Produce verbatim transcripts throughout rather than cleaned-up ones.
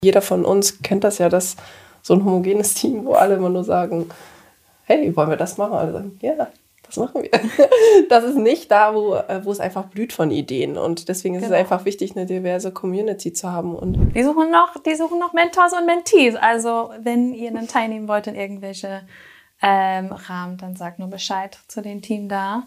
Jeder von uns kennt das ja, dass so ein homogenes Team, wo alle immer nur sagen, hey, wollen wir das machen? Alle sagen, ja, das machen wir. Das ist nicht da, wo, wo es einfach blüht von Ideen. Und deswegen ist genau. es einfach wichtig, eine diverse Community zu haben. Und die suchen noch, die suchen noch Mentors und Mentees. Also wenn ihr dann teilnehmen wollt in irgendwelche ähm, Rahmen, dann sagt nur Bescheid zu dem Team da.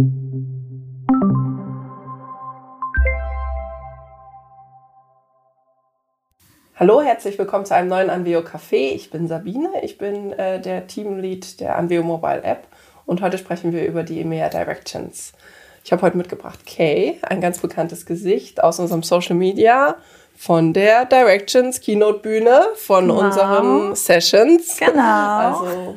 Hallo, herzlich willkommen zu einem neuen Anveo Café. Ich bin Sabine, ich bin äh, der Teamlead der Anveo Mobile App und heute sprechen wir über die E M E A Directions. Ich habe heute mitgebracht Kay, ein ganz bekanntes Gesicht aus unserem Social Media von der Directions Keynote Bühne, von genau. unseren Sessions. Genau. Also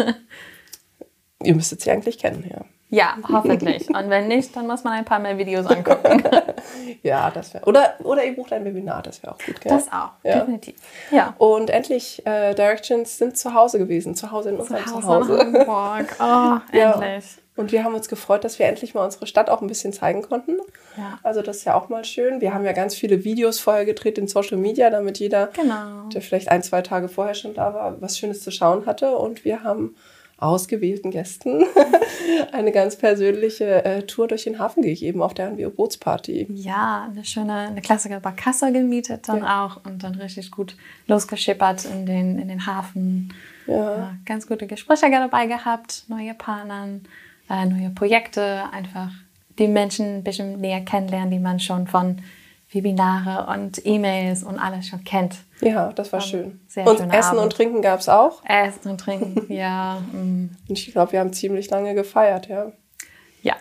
ihr müsstet sie eigentlich kennen, ja. Ja, hoffentlich. Und wenn nicht, dann muss man ein paar mehr Videos angucken. Ja, das wäre. Oder, oder ihr bucht ein Webinar, das wäre auch gut, gell? Das auch, ja. definitiv. Ja. Und endlich, äh, Directions sind zu Hause gewesen, zu Hause in unserem Zuhause. Zuhause. In Hamburg. Oh, ja. endlich. Und wir haben uns gefreut, dass wir endlich mal unsere Stadt auch ein bisschen zeigen konnten. Ja. Also das ist ja auch mal schön. Wir haben ja ganz viele Videos vorher gedreht in Social Media, damit jeder, genau. der vielleicht ein, zwei Tage vorher schon da war, was Schönes zu schauen hatte. Und wir haben ausgewählten Gästen eine ganz persönliche äh, Tour durch den Hafen gegeben auf der Anveo Bootsparty. Ja, eine schöne, eine klassische Barkasse gemietet dann ja. auch und dann richtig gut losgeschippert in den, in den Hafen. Ja. Ja, ganz gute Gespräche dabei gehabt, neue Partner, äh, neue Projekte, einfach die Menschen ein bisschen näher kennenlernen, die man schon von Webinare und E-Mails und alles schon kennt. Ja, das war um, schön. Sehr und Essen Abend. Und Trinken gab es auch. Essen und Trinken, ja. Mm. Und ich glaube, wir haben ziemlich lange gefeiert, ja. Ja.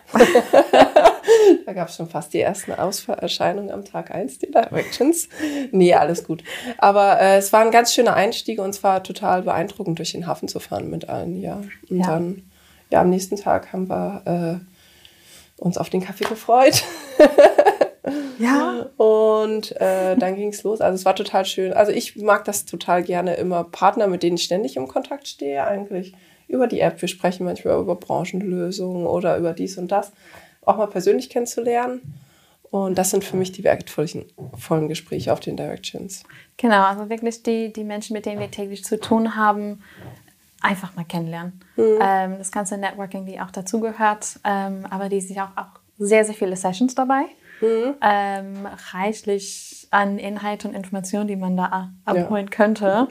Da gab es schon fast die ersten Ausfallerscheinungen am Tag eins, die Directions. Nee, alles gut. Aber äh, es war ein ganz schöner Einstieg und es war total beeindruckend, durch den Hafen zu fahren mit allen, ja. Und ja. dann, ja, am nächsten Tag haben wir äh, uns auf den Kaffee gefreut. Ja. Und äh, dann ging es los. Also es war total schön. Also ich mag das total gerne, immer Partner, mit denen ich ständig im Kontakt stehe, eigentlich über die App. Wir sprechen manchmal über Branchenlösungen oder über dies und das. Auch mal persönlich kennenzulernen. Und das sind für mich die wertvollen vollen Gespräche auf den Directions. Genau, also wirklich die, die Menschen, mit denen wir täglich zu tun haben, einfach mal kennenlernen. Mhm. Ähm, das ganze Networking, die auch dazugehört. Ähm, aber die sind auch, auch sehr, sehr viele Sessions dabei. Mhm. Ähm, reichlich an Inhalt und Informationen, die man da abholen ja. könnte.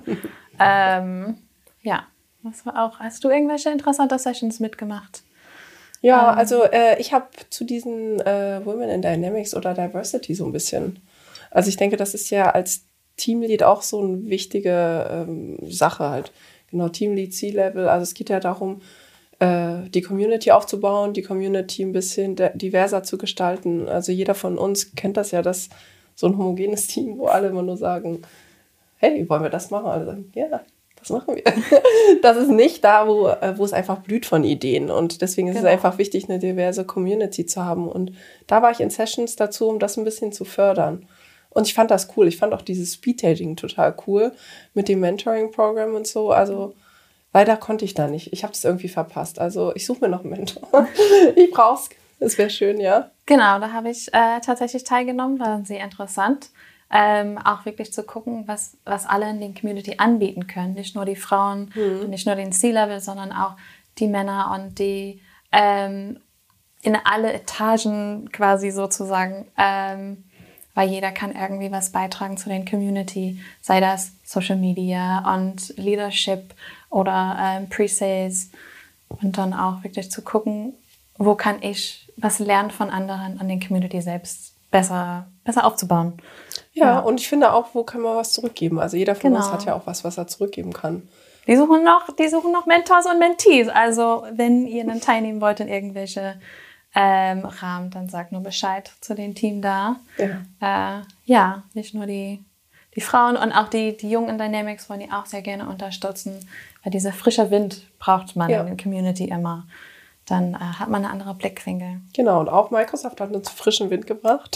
ähm, ja, das war auch. Hast du irgendwelche interessante Sessions mitgemacht? Ja, ähm, also äh, ich habe zu diesen äh, Women in Dynamics oder Diversity so ein bisschen. Also ich denke, das ist ja als Teamlead auch so eine wichtige ähm, Sache halt. Genau, Teamlead, C-Level. Also es geht ja darum, die Community aufzubauen, die Community ein bisschen diverser zu gestalten. Also jeder von uns kennt das ja, dass so ein homogenes Team, wo alle immer nur sagen, hey, wollen wir das machen? Alle sagen, ja, das machen wir. Das ist nicht da, wo, wo es einfach blüht von Ideen. Und deswegen ist genau. es einfach wichtig, eine diverse Community zu haben. Und da war ich in Sessions dazu, um das ein bisschen zu fördern. Und ich fand das cool. Ich fand auch dieses Speed-Dating total cool mit dem Mentoring-Programm und so. Also leider konnte ich da nicht. Ich habe das irgendwie verpasst. Also ich suche mir noch einen Mentor. Ich brauche es. Es wäre schön, ja. Genau, da habe ich äh, tatsächlich teilgenommen. War sehr interessant. Ähm, auch wirklich zu gucken, was, was alle in den Community anbieten können. Nicht nur die Frauen, mhm. nicht nur den C-Level, sondern auch die Männer und die ähm, in alle Etagen quasi sozusagen. Ähm, weil jeder kann irgendwie was beitragen zu den Community. Sei das Social Media und Leadership oder ähm, Pre-Sales und dann auch wirklich zu gucken, wo kann ich was lernen von anderen an den Community selbst besser, besser aufzubauen. Ja, ja, und ich finde auch, wo kann man was zurückgeben? Also jeder von genau. uns hat ja auch was, was er zurückgeben kann. Die suchen noch, die suchen noch Mentors und Mentees. Also wenn ihr dann teilnehmen wollt in irgendwelche ähm, Rahmen, dann sagt nur Bescheid zu dem Team da. Ja, äh, ja nicht nur die Die Frauen und auch die, die Jungen in Dynamics wollen die auch sehr gerne unterstützen, weil dieser frische Wind braucht man ja. in der Community immer. Dann äh, hat man eine andere Blickwinkel. Genau, und auch Microsoft hat uns frischen Wind gebracht.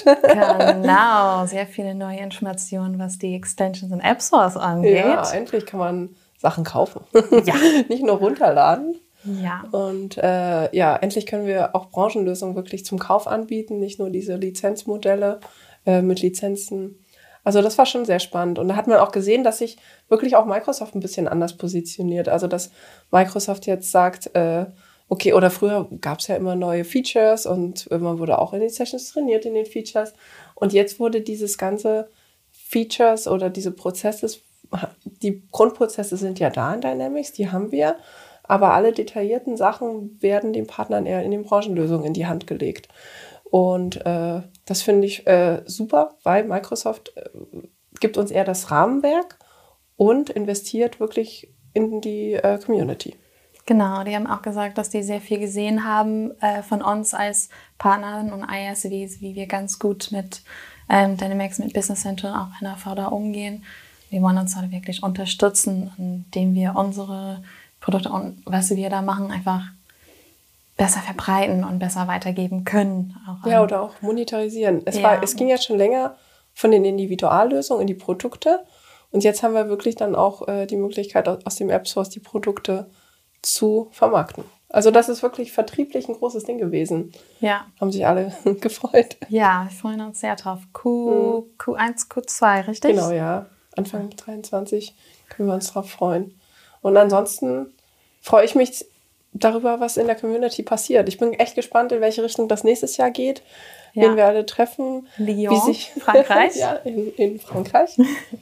Genau, sehr viele neue Informationen, was die Extensions und App Stores angeht. Ja, endlich kann man Sachen kaufen. Ja. Nicht nur runterladen. Ja. Und äh, ja, endlich können wir auch Branchenlösungen wirklich zum Kauf anbieten, nicht nur diese Lizenzmodelle äh, mit Lizenzen. Also das war schon sehr spannend. Und da hat man auch gesehen, dass sich wirklich auch Microsoft ein bisschen anders positioniert. Also dass Microsoft jetzt sagt, äh, okay, oder früher gab es ja immer neue Features und man wurde auch in den Sessions trainiert in den Features. Und jetzt wurde dieses ganze Features oder diese Prozesse, die Grundprozesse sind ja da in Dynamics, die haben wir, aber alle detaillierten Sachen werden den Partnern eher in den Branchenlösungen in die Hand gelegt. Und äh, das finde ich äh, super, weil Microsoft äh, gibt uns eher das Rahmenwerk und investiert wirklich in die äh, Community. Genau, die haben auch gesagt, dass die sehr viel gesehen haben äh, von uns als Partnern und I S Vs, wie wir ganz gut mit ähm, Dynamics, mit Business Central und auch N R V da umgehen. Die wollen uns da wirklich unterstützen, indem wir unsere Produkte und was wir da machen, einfach besser verbreiten und besser weitergeben können. Auch ja, oder auch monetarisieren. Es, ja. war, es ging jetzt schon länger von den Individuallösungen in die Produkte. Und jetzt haben wir wirklich dann auch äh, die Möglichkeit, aus dem App Source die Produkte zu vermarkten. Also das ist wirklich vertrieblich ein großes Ding gewesen. Ja. Haben sich alle gefreut. Ja, wir freuen uns sehr drauf. Q, mhm. Q eins, Q zwei, richtig? Genau, ja. Anfang dreiundzwanzig können wir uns drauf freuen. Und ansonsten freue ich mich darüber, was in der Community passiert. Ich bin echt gespannt, in welche Richtung das nächstes Jahr geht, ja. wen wir alle treffen. Lyon, wie sich, Frankreich. ja, in, in Frankreich.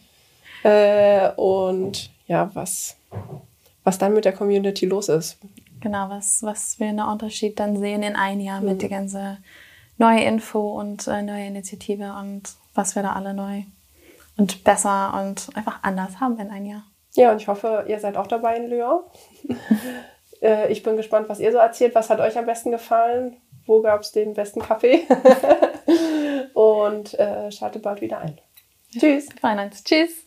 äh, und ja, was, was dann mit der Community los ist. Genau, was, was wir einen Unterschied dann sehen in einem Jahr mhm. mit der ganzen neue Info und äh, neue Initiative und was wir da alle neu und besser und einfach anders haben in einem Jahr. Ja, und ich hoffe, ihr seid auch dabei in Lyon. äh, ich bin gespannt, was ihr so erzählt. Was hat euch am besten gefallen? Wo gab es den besten Kaffee? Und äh, schaltet bald wieder ein. Tschüss. Wir freuen uns. Tschüss.